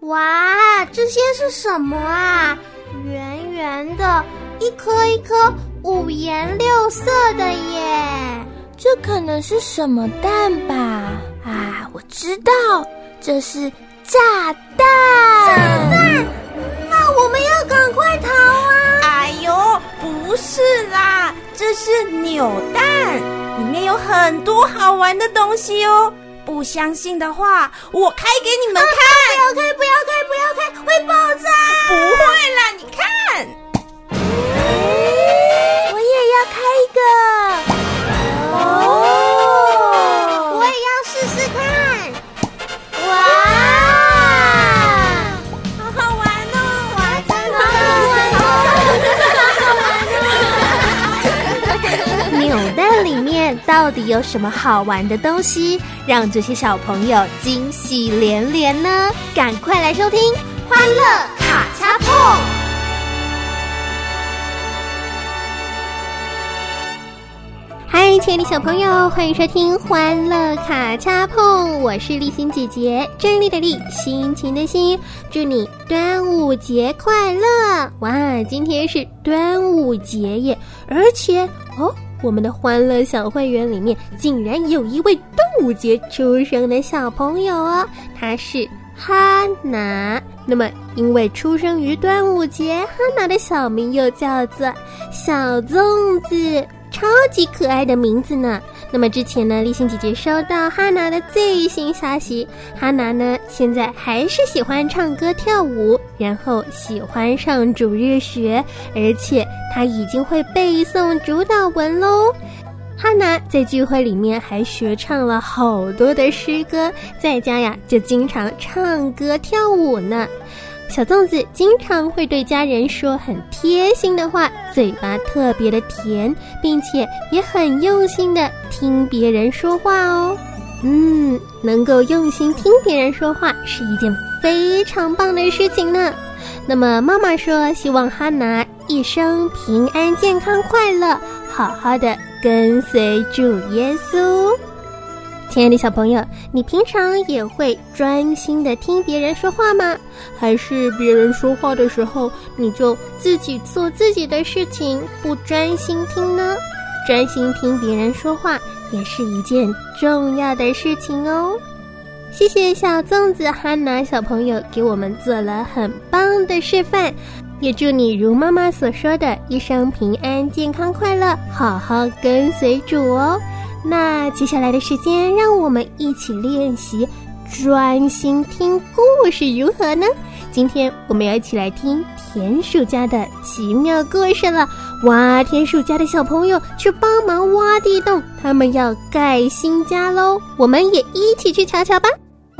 哇，这些是什么啊？圆圆的，一颗一颗五颜六色的耶！ 这可能是什么蛋吧？啊，我知道，这是炸弹！ 炸弹？那我们要赶快逃啊！ 哎呦，不是啦，这是扭蛋，里面有很多好玩的东西哦。不相信的话，我开给你们看。 不要开，会爆炸！ 不会啦，你看。 我也要开一个。 哦，我也要试试看。哇， 好好玩哦！ 哇，真的好好玩哦！扭蛋里面到底有什么好玩的东西，让这些小朋友惊喜连连呢？赶快来收听《欢乐卡恰碰》。嗨，亲爱的小朋友，欢迎收听《欢乐卡恰碰》，我是立心姐姐，真理的理，心情的心，祝你端午节快乐！哇，今天是端午节耶，而且我们的欢乐小会员里面竟然有一位端午节出生的小朋友哦，他是哈娜。那么因为出生于端午节，哈娜的小名又叫做小粽子，超级可爱的名字呢。那么之前呢，立心姐姐收到哈娜的最新消息，哈娜呢现在还是喜欢唱歌跳舞，然后喜欢上主日学，而且她已经会背诵主祷文咯。哈娜在聚会里面还学唱了好多的诗歌，在家呀就经常唱歌跳舞呢。小粽子经常会对家人说很贴心的话，嘴巴特别的甜，并且也很用心的听别人说话哦。能够用心听别人说话是一件非常棒的事情呢。那么妈妈说，希望哈娜一生平安健康快乐，好好的跟随主耶稣。亲爱的小朋友，你平常也会专心的听别人说话吗？还是别人说话的时候，你就自己做自己的事情，不专心听呢？专心听别人说话也是一件重要的事情哦。谢谢小粽子哈娜小朋友给我们做了很棒的示范，也祝你如妈妈所说的，一生平安健康快乐，好好跟随主哦。那接下来的时间，让我们一起练习专心听故事如何呢？今天我们要一起来听田鼠家的奇妙故事了。哇，田鼠家的小朋友去帮忙挖地洞，他们要盖新家咯，我们也一起去瞧瞧吧。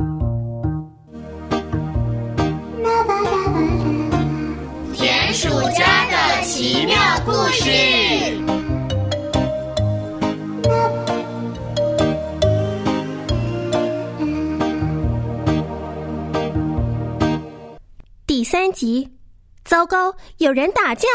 田鼠家的奇妙故事。 第3集，糟糕，有人打架。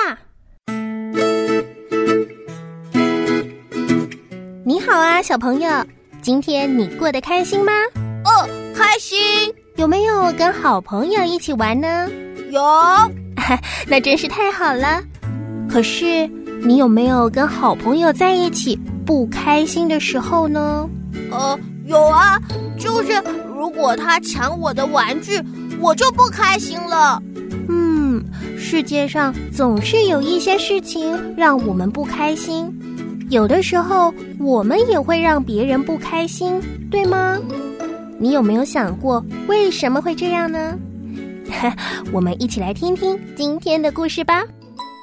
你好啊，小朋友，今天你过得开心吗？ 开心。 有没有跟好朋友一起玩呢？ 有。 那真是太好了。可是你有没有跟好朋友在一起不开心的时候呢？ 有啊，就是如果他抢我的玩具，我就不开心了。 世界上总是有一些事情让我们不开心，有的时候我们也会让别人不开心，对吗？你有没有想过为什么会这样呢？我们一起来听听今天的故事吧。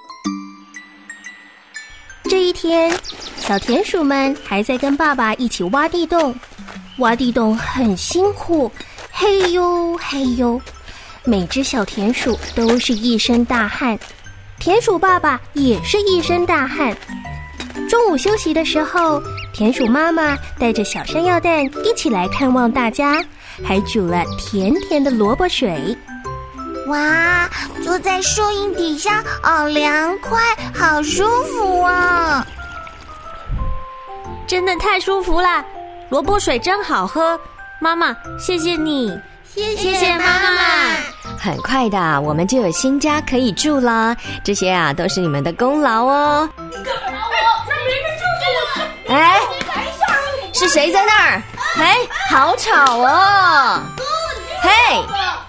这一天，小田鼠们还在跟爸爸一起挖地洞，挖地洞很辛苦，嘿呦嘿呦，每只小田鼠都是一身大汗，田鼠爸爸也是一身大汗。中午休息的时候，田鼠妈妈带着小山药蛋一起来看望大家，还煮了甜甜的萝卜水。 哇，坐在树荫底下好凉快，好舒服啊！ 真的太舒服啦，萝卜水真好喝，妈妈谢谢你。 谢谢妈妈。 很快的我们就有新家可以住了，这些啊都是你们的功劳哦。哎，是谁在那儿？哎，好吵哦！嘿，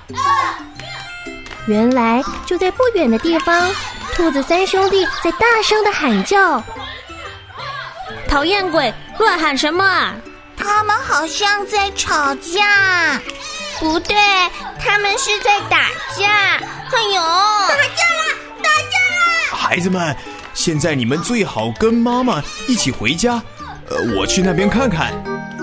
原来就在不远的地方，兔子三兄弟在大声的喊叫。 讨厌鬼，乱喊什么啊？ 他们好像在吵架。 不对，他们是在打架。哎呦， 打架啦！打架啦！ 孩子们，现在你们最好跟妈妈一起回家。我去那边看看。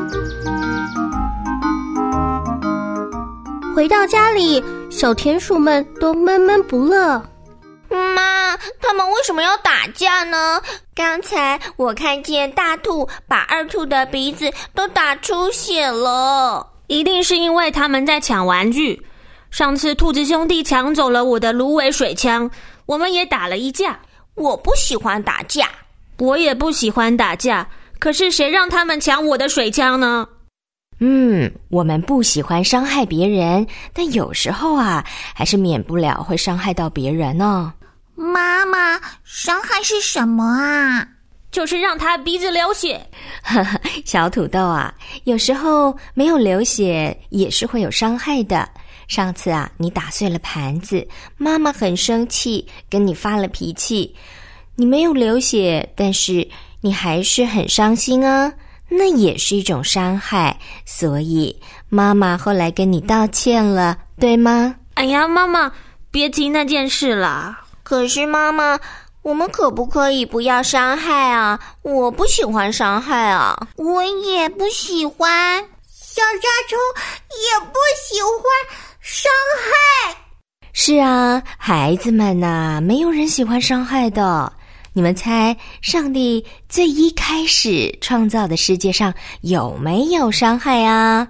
回到家里，小田鼠们都闷闷不乐。 妈，他们为什么要打架呢？刚才我看见大兔把二兔的鼻子都打出血了。 一定是因为他们在抢玩具。上次兔子兄弟抢走了我的芦苇水枪，我们也打了一架。 我不喜欢打架。 我也不喜欢打架，可是谁让他们抢我的水枪呢？ 我们不喜欢伤害别人，但有时候啊，还是免不了会伤害到别人呢。 妈妈，伤害是什么啊？ 就是让他鼻子流血。 小土豆啊，有时候没有流血也是会有伤害的。上次啊，你打碎了盘子，妈妈很生气，跟你发了脾气。你没有流血，但是你还是很伤心啊，那也是一种伤害。所以妈妈后来跟你道歉了，对吗？ 哎呀，妈妈，别提那件事啦。 可是妈妈，我们可不可以不要伤害啊？我不喜欢伤害啊。 我也不喜欢，小沙虫也不喜欢伤害。 是啊，孩子们啊，没有人喜欢伤害的。你们猜，上帝最一开始创造的世界上有没有伤害啊？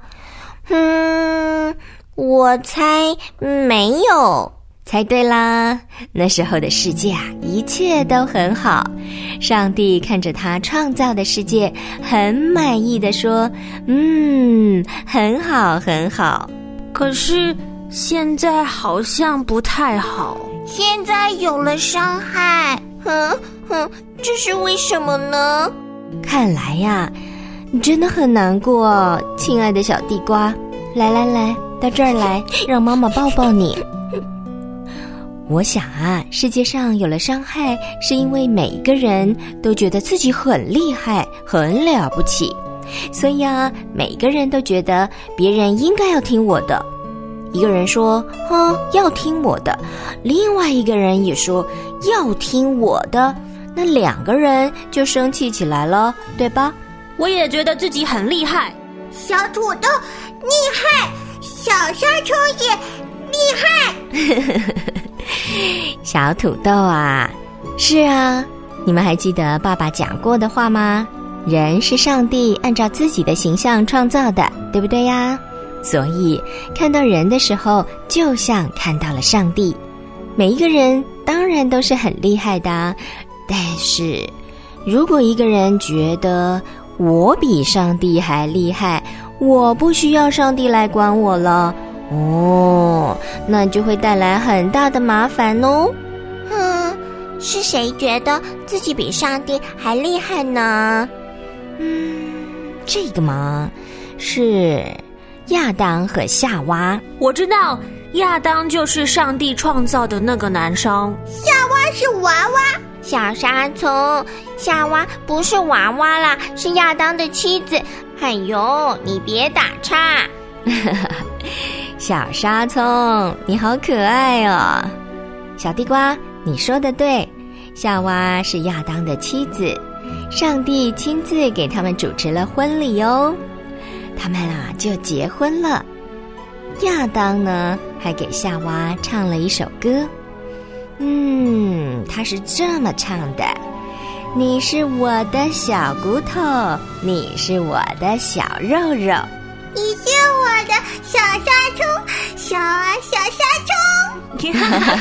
我猜没有。 猜对啦，那时候的世界啊，一切都很好。上帝看着他创造的世界，很满意的说：很好，很好。 可是现在好像不太好。 现在有了伤害。 这是为什么呢？ 看来呀，你真的很难过，亲爱的小地瓜。来，到这儿来，让妈妈抱抱你。我想啊，世界上有了伤害，是因为每一个人都觉得自己很厉害，很了不起，所以啊，每个人都觉得别人应该要听我的。一个人说要听我的，另外一个人也说要听我的，那两个人就生气起来了，对吧？ 我也觉得自己很厉害。 小土豆厉害，小沙虫也厉害。 小土豆啊，是啊，你们还记得爸爸讲过的话吗？人是上帝按照自己的形象创造的，对不对呀？所以看到人的时候，就像看到了上帝。每一个人当然都是很厉害的，但是如果一个人觉得我比上帝还厉害，我不需要上帝来管我了，那就会带来很大的麻烦哦。 是谁觉得自己比上帝还厉害呢？ 这个嘛，是亚当和夏娃。 我知道，亚当就是上帝创造的那个男生。 夏娃是娃娃。 小沙虫，夏娃不是娃娃啦，是亚当的妻子。哎呦，你别打岔。 小沙葱，你好可爱哦。小地瓜，你说的对，夏娃是亚当的妻子，上帝亲自给他们主持了婚礼哦。他们啊就结婚了。亚当呢还给夏娃唱了一首歌，他是这么唱的：你是我的小骨头，你是我的小肉肉， 你是我的小沙虫，小沙虫。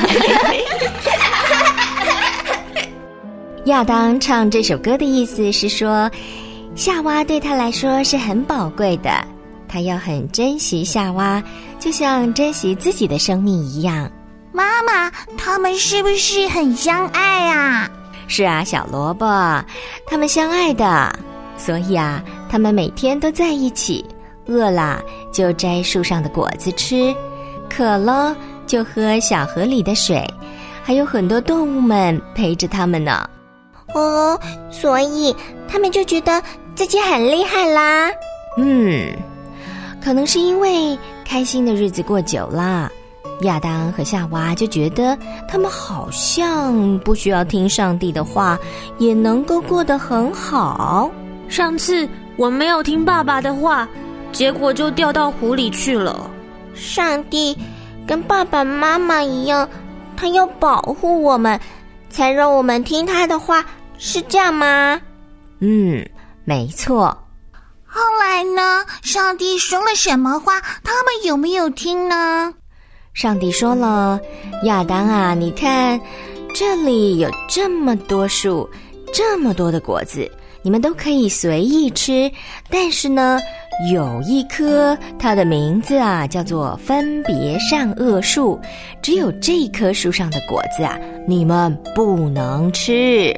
亚当唱这首歌的意思是说，夏娃对他来说是很宝贵的， 他要很珍惜夏娃，就像珍惜自己的生命一样。 妈妈，他们是不是很相爱啊？ 是啊，小萝卜，他们相爱的，所以啊，他们每天都在一起，饿了就摘树上的果子吃，渴了就喝小河里的水，还有很多动物们陪着他们呢。 哦，所以他们就觉得自己很厉害啦。 可能是因为开心的日子过久了，亚当和夏娃就觉得他们好像不需要听上帝的话，也能够过得很好。 上次我没有听爸爸的话，结果就掉到湖里去了。 上帝跟爸爸妈妈一样，他要保护我们，才让我们听他的话，是这样吗？ 没错。 后来呢？上帝说了什么话？他们有没有听呢？ 上帝说了，亚当啊，你看，这里有这么多树，这么多的果子，你们都可以随意吃，但是呢，有一棵，它的名字啊叫做分别善恶树，只有这棵树上的果子啊，你们不能吃。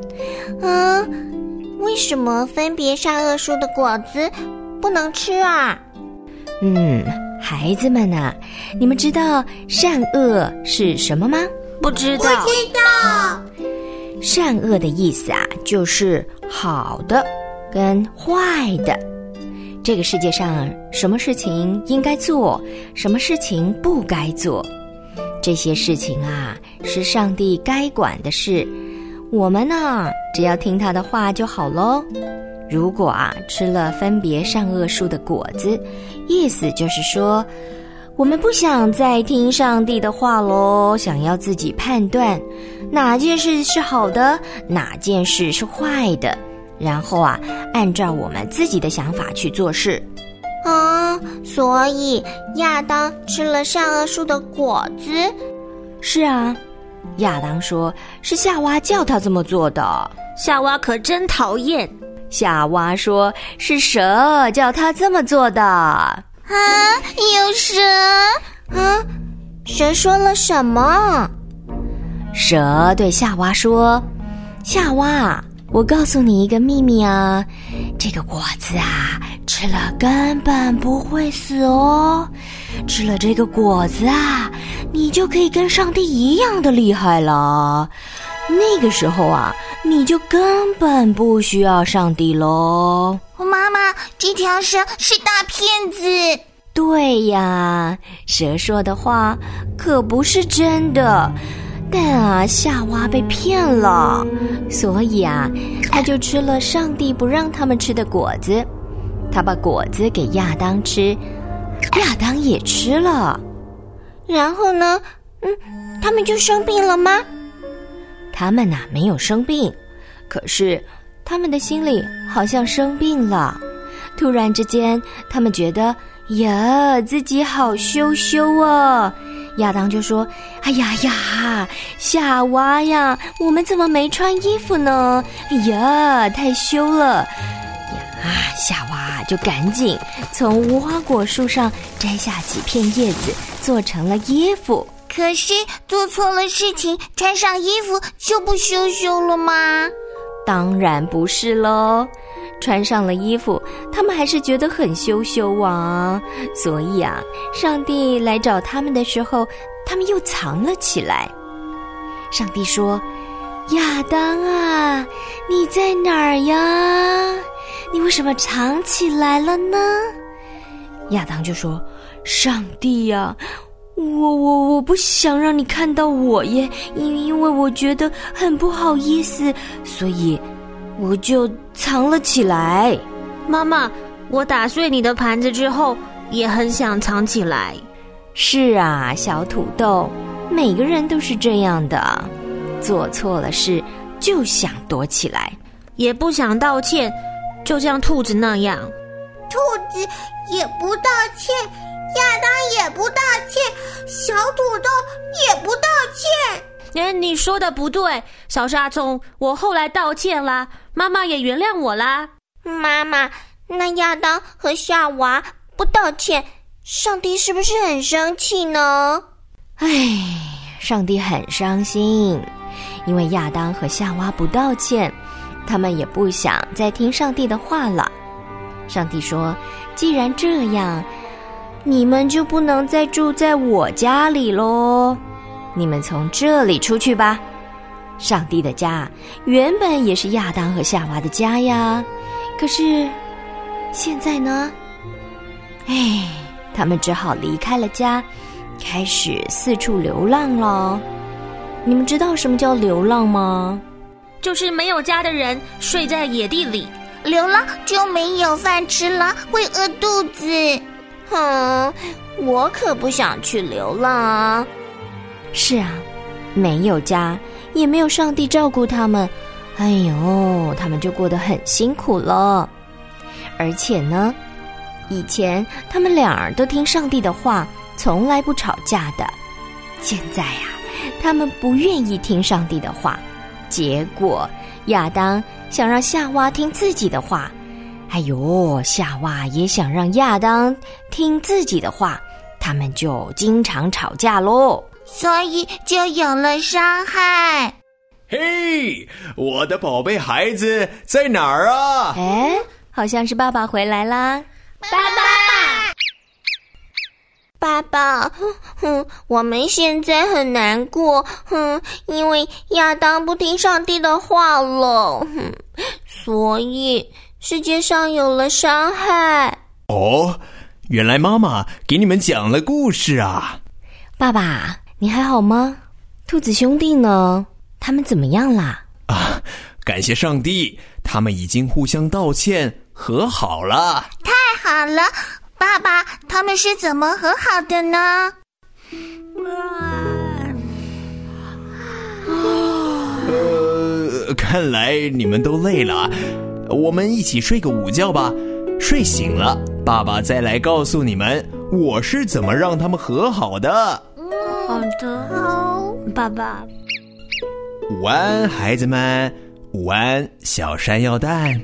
为什么分别善恶树的果子不能吃啊？ 孩子们啊，你们知道善恶是什么吗？ 不知道。 不知道。 善恶的意思啊，就是好的跟坏的。这个世界上什么事情应该做，什么事情不该做，这些事情啊，是上帝该管的事。我们呢，只要听他的话就好咯。如果啊，吃了分别善恶树的果子，意思就是说，我们不想再听上帝的话咯，想要自己判断哪件事是好的，哪件事是坏的，然后啊，按照我们自己的想法去做事。 所以亚当吃了善恶树的果子？ 是啊，亚当说是夏娃叫他这么做的。 夏娃可真讨厌。 夏娃说是蛇叫他这么做的。 有蛇？ 蛇说了什么？ 蛇对夏娃说，夏娃，我告诉你一个秘密啊，这个果子啊，吃了根本不会死哦，吃了这个果子啊，你就可以跟上帝一样的厉害了。那个时候啊，你就根本不需要上帝咯。 妈妈，这条蛇是大骗子。 对呀，蛇说的话可不是真的，但啊，夏娃被骗了，所以啊，他就吃了上帝不让他们吃的果子。他把果子给亚当吃，亚当也吃了。 然后呢？他们就生病了吗？ 他们啊，没有生病，可是他们的心里好像生病了。突然之间，他们觉得呀，自己好羞羞哦。亚当就说，哎呀呀，夏娃呀，我们怎么没穿衣服呢？哎呀，太羞了。夏娃就赶紧从无花果树上摘下几片叶子，做成了衣服。 可是做错了事情，穿上衣服就不羞羞了吗？ 当然不是咯，穿上了衣服，他们还是觉得很羞羞啊。所以啊，上帝来找他们的时候，他们又藏了起来。上帝说，亚当啊，你在哪儿呀？你为什么藏起来了呢？亚当就说，上帝呀，我不想让你看到我耶，因为我觉得很不好意思，所以我就藏了起来。 妈妈，我打碎你的盘子之后，也很想藏起来。 是啊，小土豆，每个人都是这样的，做错了事就想躲起来， 也不想道歉，就像兔子那样。 兔子也不道歉，亚当也不道歉，小土豆也不道歉。 你说的不对，小沙虫，我后来道歉啦，妈妈也原谅我啦。 妈妈，那亚当和夏娃不道歉，上帝是不是很生气呢？ 上帝很伤心，因为亚当和夏娃不道歉，他们也不想再听上帝的话了。上帝说，既然这样，你们就不能再住在我家里咯，你们从这里出去吧。上帝的家原本也是亚当和夏娃的家呀，可是现在呢？他们只好离开了家，开始四处流浪了。你们知道什么叫流浪吗？ 就是没有家的人睡在野地里， 流浪就没有饭吃了，会饿肚子。 我可不想去流浪啊。 是啊，没有家，也没有上帝照顾他们，他们就过得很辛苦了。而且呢，以前他们俩儿都听上帝的话，从来不吵架的。现在他们不愿意听上帝的话，结果亚当想让夏娃听自己的话，夏娃也想让亚当听自己的话，他们就经常吵架咯， 所以就有了伤害。 嘿，我的宝贝孩子在哪儿啊？ 好像是爸爸回来啦。 爸爸，我们现在很难过，因为亚当不听上帝的话了，所以世界上有了伤害。 原来妈妈给你们讲了故事啊。 爸爸，你还好吗？兔子兄弟呢？他们怎么样啦？ 感谢上帝，他们已经互相道歉和好了。 太好了，爸爸，他们是怎么和好的呢？ 看来你们都累了，我们一起睡个午觉吧。睡醒了，爸爸再来告诉你们我是怎么让他们和好的。 好的， 好， 爸爸。 午安，孩子们，午安，小山药蛋。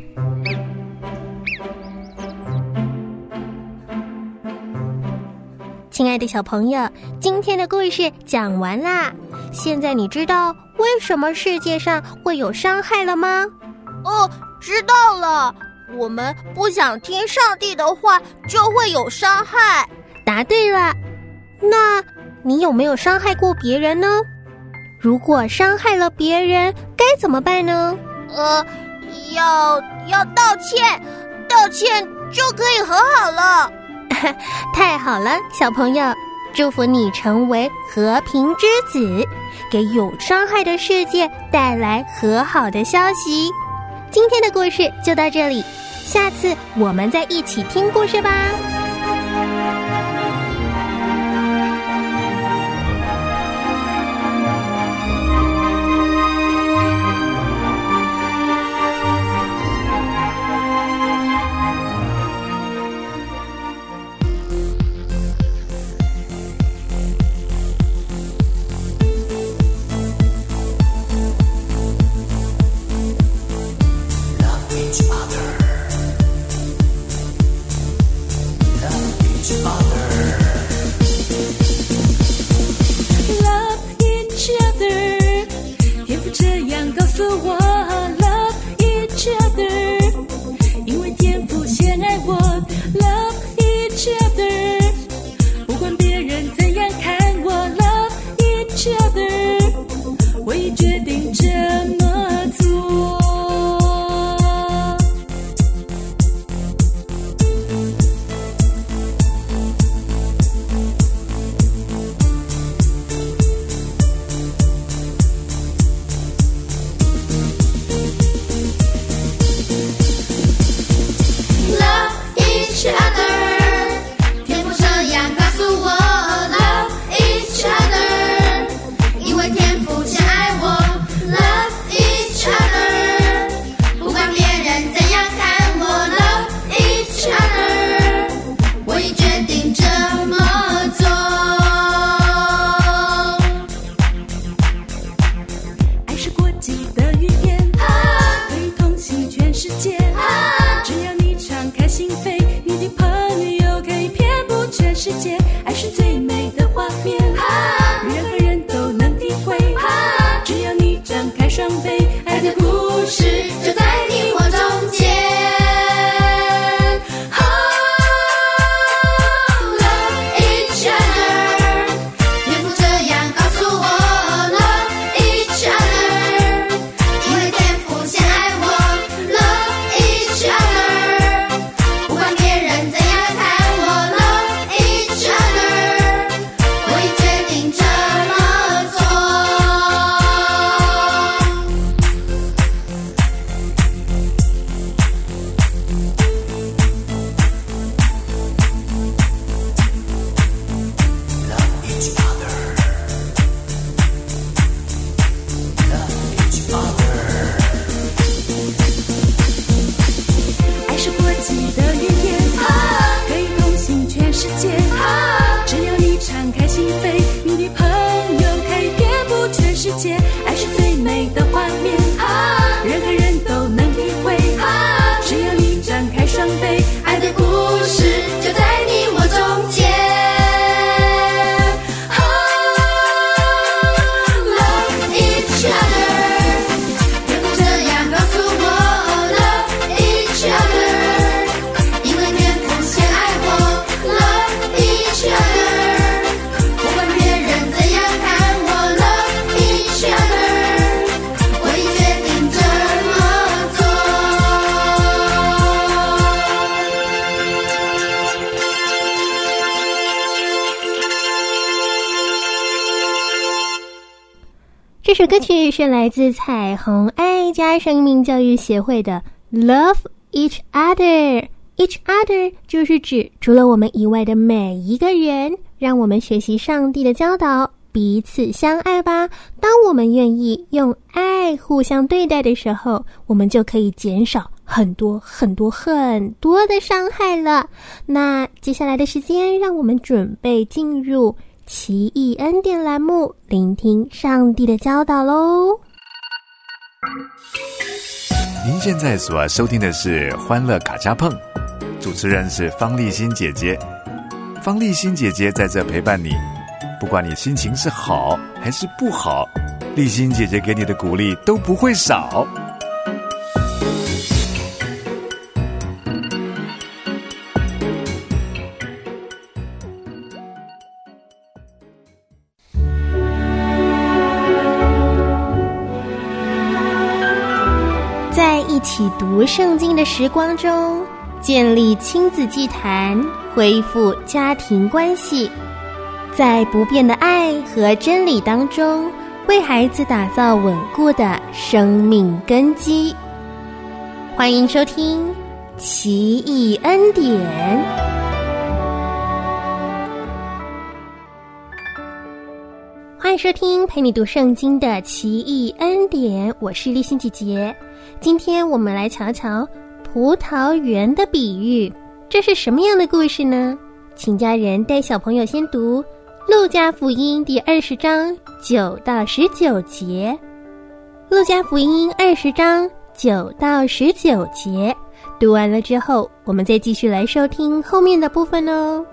亲爱的小朋友，今天的故事讲完啦。现在你知道为什么世界上会有伤害了吗？ 知道了。我们不想听上帝的话，就会有伤害。 答对了。那你有没有伤害过别人呢？如果伤害了别人，该怎么办呢？ 要道歉，道歉就可以和好了。 太好了，小朋友，祝福你成为和平之子，给有伤害的世界带来和好的消息。今天的故事就到这里，下次我们再一起听故事吧。 全世界，爱是最美的画面，人和人都能体会，只要你张开双臂，爱的故事就在你我中间。Love each other， 天空这样告诉我 Love each other， 因为天空先爱我 Love each other， 不管别人怎样看我 Love each other， 我已决定这么做。 这首歌曲是来自彩虹爱家生命教育协会的 Love Each Other。Each other 就是指除了我们以外的每一个人，让我们学习上帝的教导，彼此相爱吧。当我们愿意用爱互相对待的时候，我们就可以减少很多的伤害了。那接下来的时间，让我们准备进入奇异恩典栏目，聆听上帝的教导咯。 您现在所收听的是欢乐卡恰碰，主持人是方丽欣姐姐。方丽欣姐姐在这陪伴你，不管你心情是好还是不好，丽欣姐姐给你的鼓励都不会少。 在一起读圣经的时光中，建立亲子祭坛，恢复家庭关系，在不变的爱和真理当中，为孩子打造稳固的生命根基。欢迎收听奇异恩典。欢迎收听陪你读圣经的奇异恩典，我是丽欣姐姐。今天我们来瞧瞧葡萄园的比喻，这是什么样的故事呢？请家人带小朋友先读路加福音第20章9到19节。路加福音20章9到19节，读完了之后，我们再继续来收听后面的部分哦。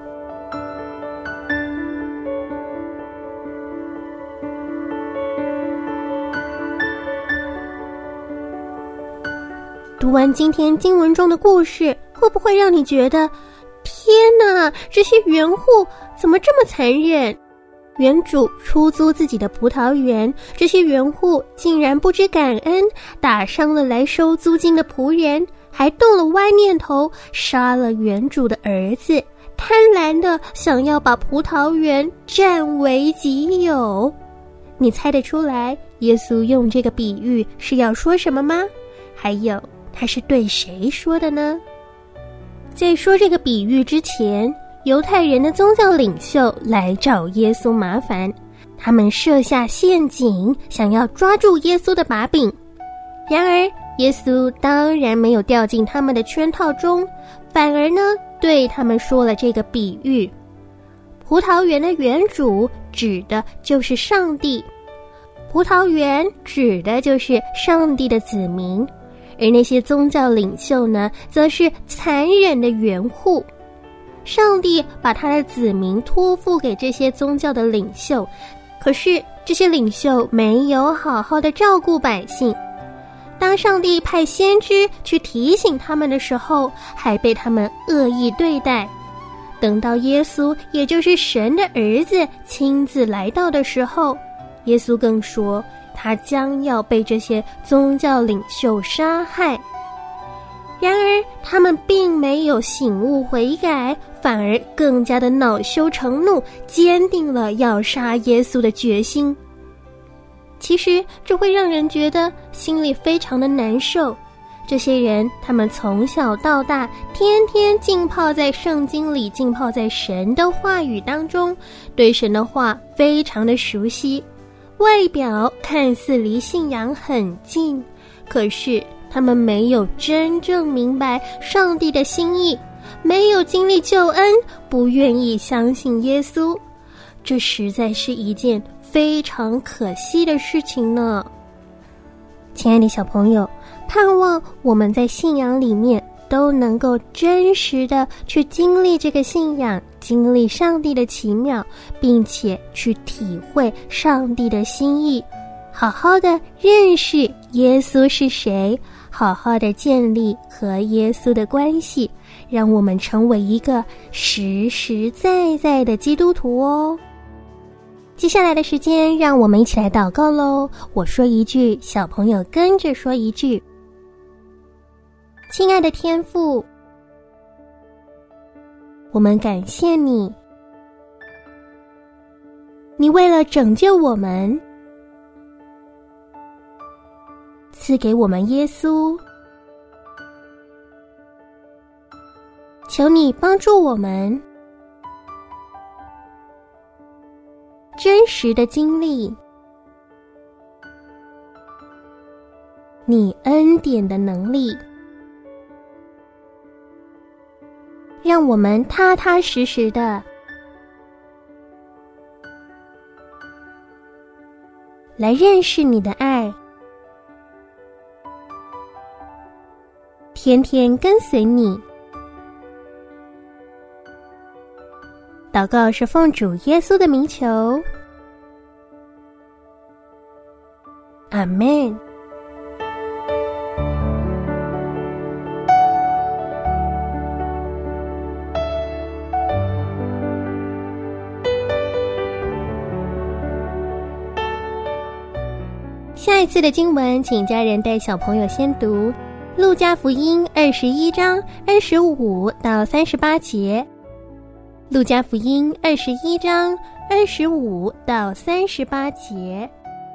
读完今天经文中的故事，会不会让你觉得，天哪，这些园户怎么这么残忍？园主出租自己的葡萄园，这些园户竟然不知感恩，打伤了来收租金的仆人，还动了歪念头，杀了园主的儿子，贪婪的想要把葡萄园占为己有。你猜得出来耶稣用这个比喻是要说什么吗？还有他是对谁说的呢？在说这个比喻之前，犹太人的宗教领袖来找耶稣麻烦，他们设下陷阱，想要抓住耶稣的把柄。然而耶稣当然没有掉进他们的圈套中，反而呢对他们说了这个比喻。葡萄园的园主指的就是上帝，葡萄园指的就是上帝的子民，而那些宗教领袖呢，则是残忍的园户。上帝把他的子民托付给这些宗教的领袖，可是这些领袖没有好好的照顾百姓。当上帝派先知去提醒他们的时候，还被他们恶意对待。等到耶稣，也就是神的儿子亲自来到的时候，耶稣更说他将要被这些宗教领袖杀害。然而他们并没有醒悟悔改，反而更加的恼羞成怒，坚定了要杀耶稣的决心。其实这会让人觉得心里非常的难受。这些人他们从小到大天天浸泡在圣经里，浸泡在神的话语当中，对神的话非常的熟悉，外表看似离信仰很近，可是他们没有真正明白上帝的心意，没有经历救恩，不愿意相信耶稣。 这实在是一件非常可惜的事情呢。亲爱的小朋友，盼望我们在信仰里面都能够真实的去经历这个信仰，经历上帝的奇妙，并且去体会上帝的心意，好好的认识耶稣是谁，好好的建立和耶稣的关系，让我们成为一个实实在在的基督徒哦。接下来的时间，让我们一起来祷告咯。我说一句，小朋友跟着说一句。亲爱的天父，我们感谢你，你为了拯救我们，赐给我们耶稣，求你帮助我们真实的经历你恩典的能力，让我们踏踏实实的来认识你的爱，天天跟随你。祷告是奉主耶稣的名求，阿们。下一次的经文，请家人带小朋友先读路加福音21章25到38节。路加福音21章25到38节。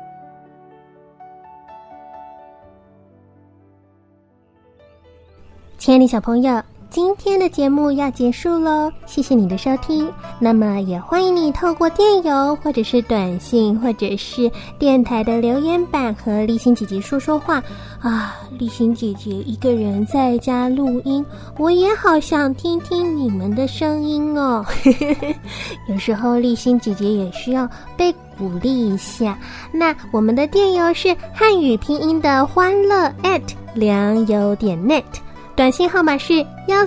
亲爱的小朋友，今天的节目要结束咯，谢谢你的收听。那么也欢迎你透过电邮或者是短信或者是电台的留言板和丽欣姐姐说说话啊。丽欣姐姐一个人在家录音，我也好想听听你们的声音哦。有时候丽欣姐姐也需要被鼓励一下。那我们的电邮是汉语拼音的欢乐@良友.net，短信号码是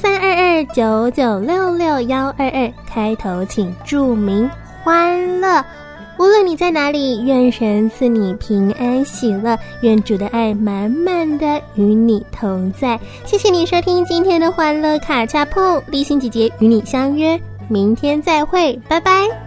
132299662122，开头请注明欢乐。无论你在哪里，愿神赐你平安喜乐，愿主的爱满满的与你同在。谢谢你收听今天的欢乐卡恰碰，丽欣姐姐与你相约明天再会，拜拜。